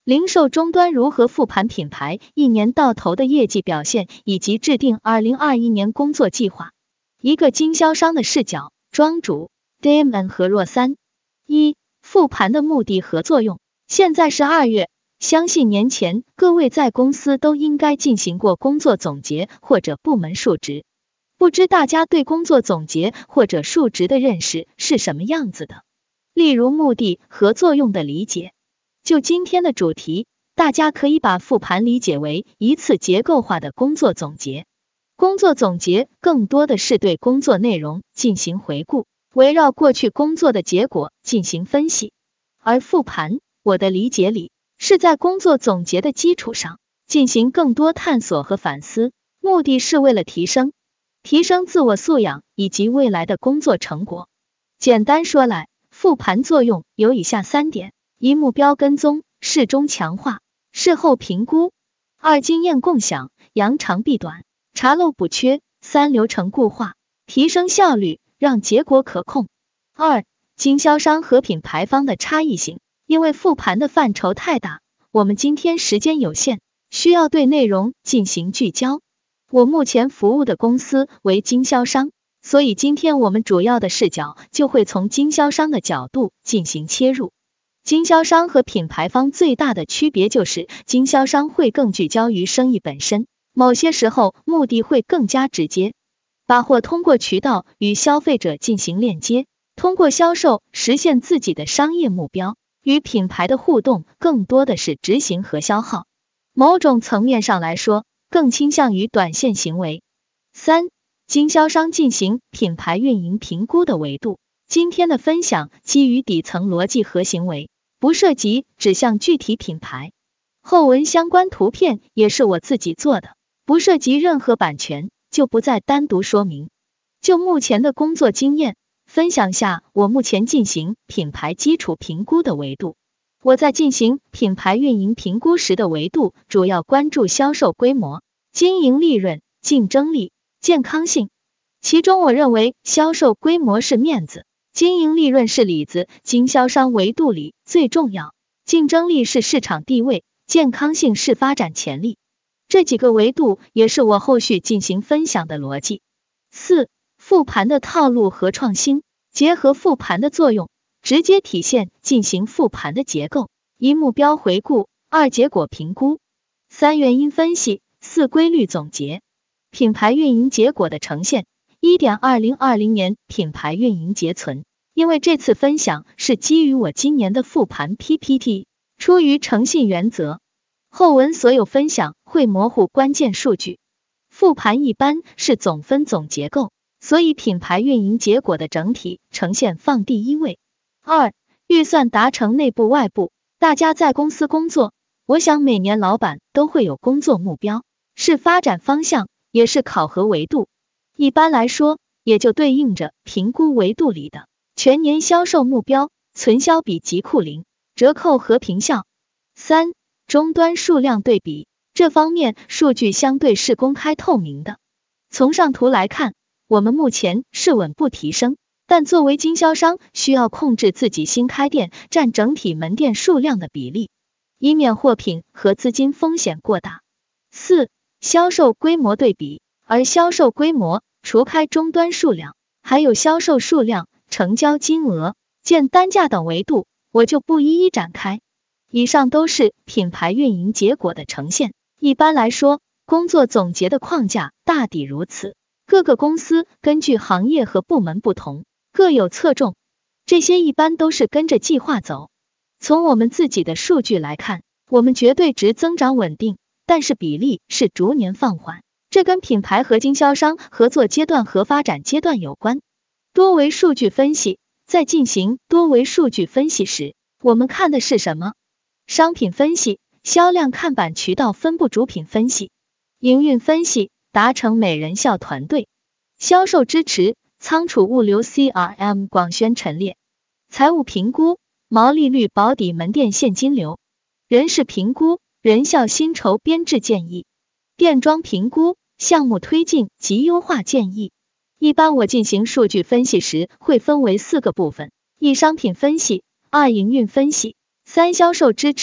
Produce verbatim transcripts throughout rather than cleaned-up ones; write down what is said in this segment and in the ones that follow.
零售终端如何复盘品牌一年到头的业绩表现，以及制定二零二一年工作计划。一个经销商的视角，庄主 Damon 和若三。一、复盘的目的和作用。现在是二月，相信年前各位在公司都应该进行过工作总结或者部门述职。不知大家对工作总结或者述职的认识是什么样子的？例如目的和作用的理解。就今天的主题，大家可以把复盘理解为一次结构化的工作总结。工作总结更多的是对工作内容进行回顾，围绕过去工作的结果进行分析。而复盘，我的理解里，是在工作总结的基础上，进行更多探索和反思，目的是为了提升、提升自我素养以及未来的工作成果。简单说来，复盘作用有以下三点：一、目标跟踪，事中强化，事后评估；二、经验共享，扬长避短，查漏补缺；三、流程固化，提升效率，让结果可控。二、经销商和品牌方的差异性。因为复盘的范畴太大，我们今天时间有限，需要对内容进行聚焦。我目前服务的公司为经销商，所以今天我们主要的视角就会从经销商的角度进行切入。经销商和品牌方最大的区别就是，经销商会更聚焦于生意本身，某些时候目的会更加直接，把货通过渠道与消费者进行链接，通过销售实现自己的商业目标。与品牌的互动更多的是执行和消耗，某种层面上来说，更倾向于短线行为。三、经销商进行品牌运营评估的维度。今天的分享基于底层逻辑和行为，不涉及指向具体品牌。后文相关图片也是我自己做的，不涉及任何版权，就不再单独说明。就目前的工作经验，分享下我目前进行品牌基础评估的维度。我在进行品牌运营评估时的维度，主要关注销售规模、经营利润、竞争力、健康性。其中我认为销售规模是面子，经营利润是里子，经销商维度里最重要，竞争力是市场地位，健康性是发展潜力。这几个维度也是我后续进行分享的逻辑。四、复盘的套路和创新，结合复盘的作用，直接体现进行复盘的结构。一、目标回顾；二、结果评估；三、原因分析；四、规律总结。品牌运营结果的呈现。一点二零二零年品牌运营结存。因为这次分享是基于我今年的复盘 P P T， 出于诚信原则，后文所有分享会模糊关键数据。复盘一般是总分总结构，所以品牌运营结果的整体呈现放第一位。二、预算达成内部外部。大家在公司工作，我想每年老板都会有工作目标，是发展方向，也是考核维度。一般来说，也就对应着评估维度里的全年销售目标、存销比及库零、折扣和平效。三、终端数量对比。这方面数据相对是公开透明的。从上图来看，我们目前是稳步提升，但作为经销商，需要控制自己新开店占整体门店数量的比例，以免货品和资金风险过大。四、销售规模对比。而销售规模除开终端数量，还有销售数量、成交金额、件单价等维度，我就不一一展开。以上都是品牌运营结果的呈现。一般来说，工作总结的框架大抵如此。各个公司根据行业和部门不同，各有侧重，这些一般都是跟着计划走。从我们自己的数据来看，我们绝对值增长稳定，但是比例是逐年放缓。这跟品牌和经销商合作阶段和发展阶段有关。多维数据分析。在进行多维数据分析时，我们看的是什么？商品分析、销量看板渠道分布主品分析、营运分析、达成美人效团队、销售支持、仓储物流 C R M 广宣陈列、财务评估、毛利率保底门店现金流、人事评估、人效薪酬编制建议、店装评估、项目推进及优化建议。一般我进行数据分析时会分为四个部分：一、商品分析；二、营运分析；三、销售支持；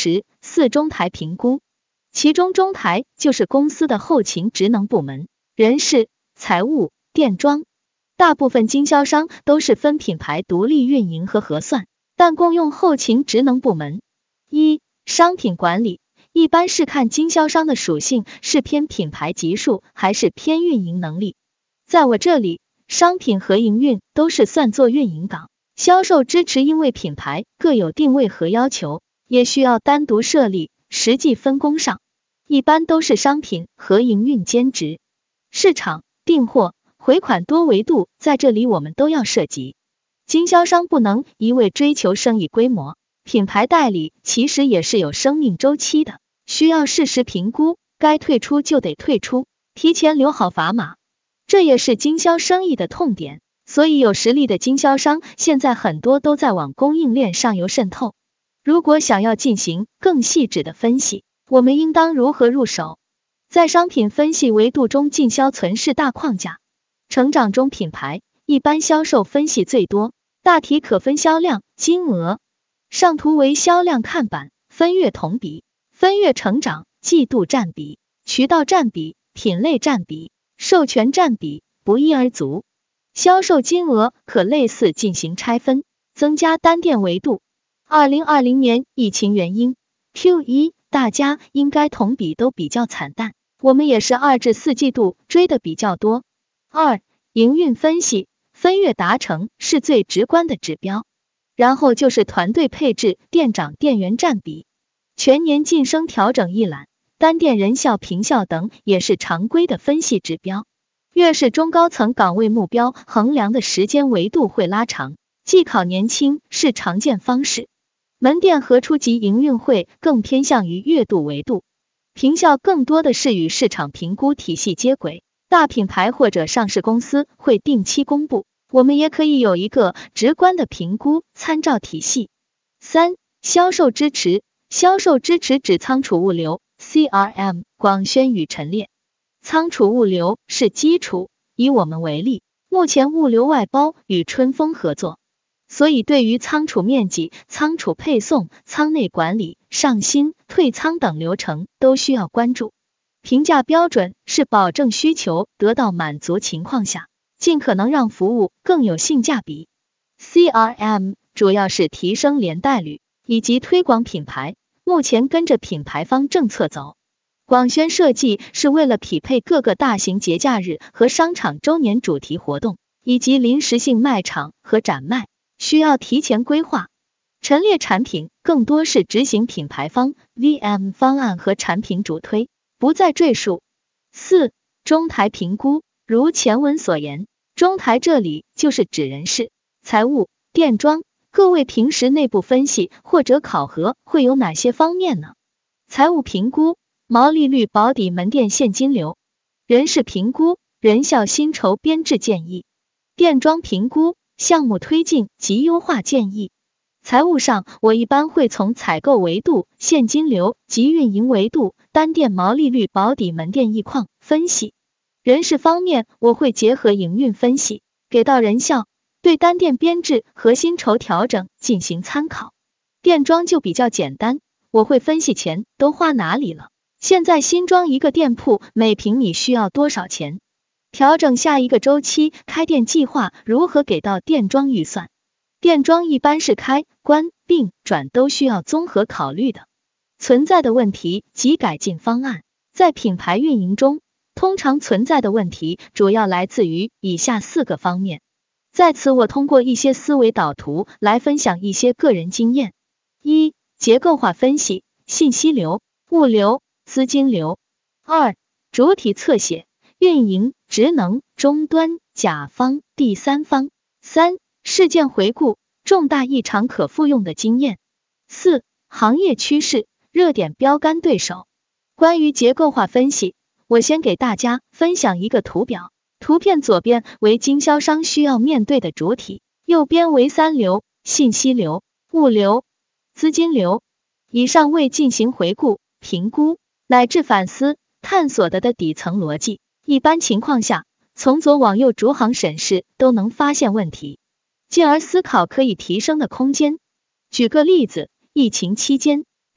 四、中台评估，其中中台就是公司的后勤职能部门，人事、财务、店装。大部分经销商都是分品牌独立运营和核算，但共用后勤职能部门。一、商品管理，一般是看经销商的属性是偏品牌级数还是偏运营能力。在我这里，商品和营运都是算作运营岗，销售支持因为品牌各有定位和要求，也需要单独设立，实际分工上一般都是商品和营运兼职。市场、订货、回款多维度在这里我们都要涉及。经销商不能一味追求生意规模，品牌代理其实也是有生命周期的，需要适时评估，该退出就得退出，提前留好砝码。这也是经销生意的痛点，所以有实力的经销商现在很多都在往供应链上游渗透。如果想要进行更细致的分析，我们应当如何入手？在商品分析维度中，进销存是大框架。成长中品牌一般销售分析最多，大体可分销量、金额。上图为销量看板，分月同比，分月成长、季度占比、渠道占比、品类占比、授权占比，不一而足。销售金额可类似进行拆分，增加单店维度。二零二零年疫情原因 Q 一 大家应该同比都比较惨淡，我们也是二至四季度追的比较多。二、营运分析，分月达成是最直观的指标，然后就是团队配置、店长、店员占比、全年晋升调整一览、单店人效、评效等也是常规的分析指标。越是中高层岗位，目标衡量的时间维度会拉长，绩考年轻是常见方式。门店和初级营运会更偏向于月度维度，评效更多的是与市场评估体系接轨。大品牌或者上市公司会定期公布，我们也可以有一个直观的评估参照体系。三、销售支持，销售支持指仓储物流 C R M、广宣与陈列。仓储物流是基础，以我们为例，目前物流外包与春风合作，所以对于仓储面积、仓储配送、仓内管理、上新、退仓等流程都需要关注。评价标准是保证需求得到满足情况下，尽可能让服务更有性价比。C R M 主要是提升连带率以及推广品牌，目前跟着品牌方政策走。广宣设计是为了匹配各个大型节假日和商场周年主题活动，以及临时性卖场和展卖，需要提前规划。陈列产品更多是执行品牌方 V M 方案和产品主推，不再赘述。四、中台评估，如前文所言，中台这里就是指人事、财务、店装，各位平时内部分析或者考核会有哪些方面呢？财务评估，毛利率保底门店现金流；人事评估，人效薪酬编制建议；店装评估，项目推进及优化建议。财务上，我一般会从采购维度、现金流及运营维度、单店毛利率保底门店溢况分析。人事方面，我会结合营运分析，给到人效，对单店编制和薪酬调整进行参考。店装就比较简单，我会分析钱都花哪里了，现在新装一个店铺每平米需要多少钱，调整下一个周期开店计划如何给到店装预算。店装一般是开、关、并、转都需要综合考虑的。存在的问题及改进方案，在品牌运营中，通常存在的问题主要来自于以下四个方面。在此我通过一些思维导图来分享一些个人经验。一、结构化分析，信息流、物流、资金流。二、主体侧写，运营、职能、终端、甲方、第三方。三、事件回顾，重大异常可复用的经验。四、行业趋势，热点标杆对手。关于结构化分析，我先给大家分享一个图表，图片左边为经销商需要面对的主体，右边为三流，信息流、物流、资金流。以上为进行回顾、评估乃至反思、探索的的底层逻辑。一般情况下，从左往右逐行审视都能发现问题，进而思考可以提升的空间。举个例子，疫情期间，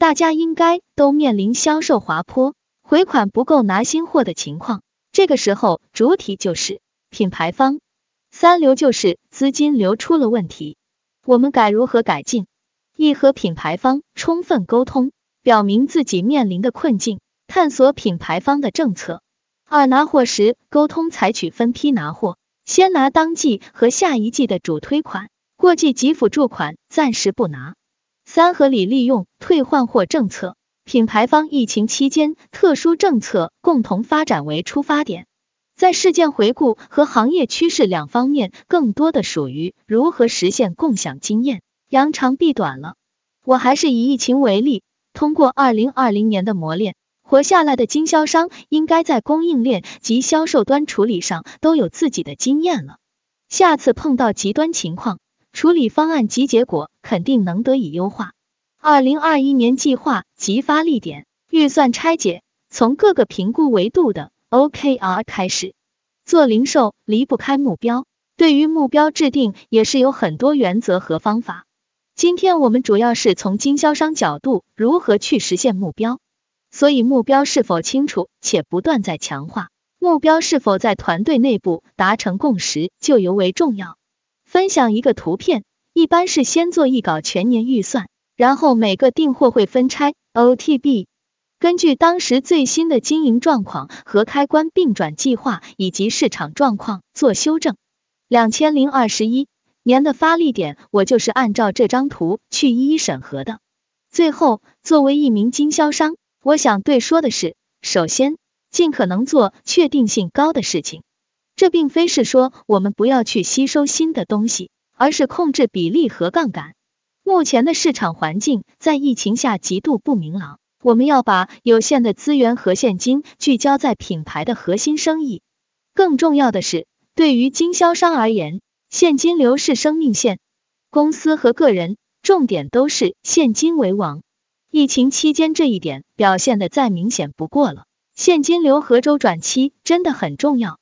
大家应该都面临销售滑坡、回款不够拿新货的情况。这个时候主体就是品牌方，三流就是资金流出了问题，我们该如何改进？一和品牌方充分沟通，表明自己面临的困境，探索品牌方的政策。二拿货时沟通采取分批拿货，先拿当季和下一季的主推款，过季及辅助款暂时不拿。三合理利用退换货政策，品牌方疫情期间特殊政策共同发展为出发点，在事件回顾和行业趋势两方面更多的属于如何实现共享经验，扬长避短了。我还是以疫情为例，通过二零二零年的磨练，活下来的经销商应该在供应链及销售端处理上都有自己的经验了。下次碰到极端情况，处理方案及结果肯定能得以优化。二零二一年计划及发力点，预算拆解，从各个评估维度的 O K R 开始。做零售离不开目标，对于目标制定也是有很多原则和方法。今天我们主要是从经销商角度如何去实现目标，所以目标是否清楚且不断在强化，目标是否在团队内部达成共识就尤为重要。分享一个图片，一般是先做一稿全年预算，然后每个订货会分拆 O T B， 根据当时最新的经营状况和开关并转计划以及市场状况做修正。二零二一年的发力点，我就是按照这张图去一一审核的。最后，作为一名经销商，我想对说的是，首先，尽可能做确定性高的事情。这并非是说我们不要去吸收新的东西，而是控制比例和杠杆。目前的市场环境在疫情下极度不明朗，我们要把有限的资源和现金聚焦在品牌的核心生意。更重要的是，对于经销商而言，现金流是生命线，公司和个人重点都是现金为王。疫情期间这一点表现得再明显不过了，现金流和周转期真的很重要。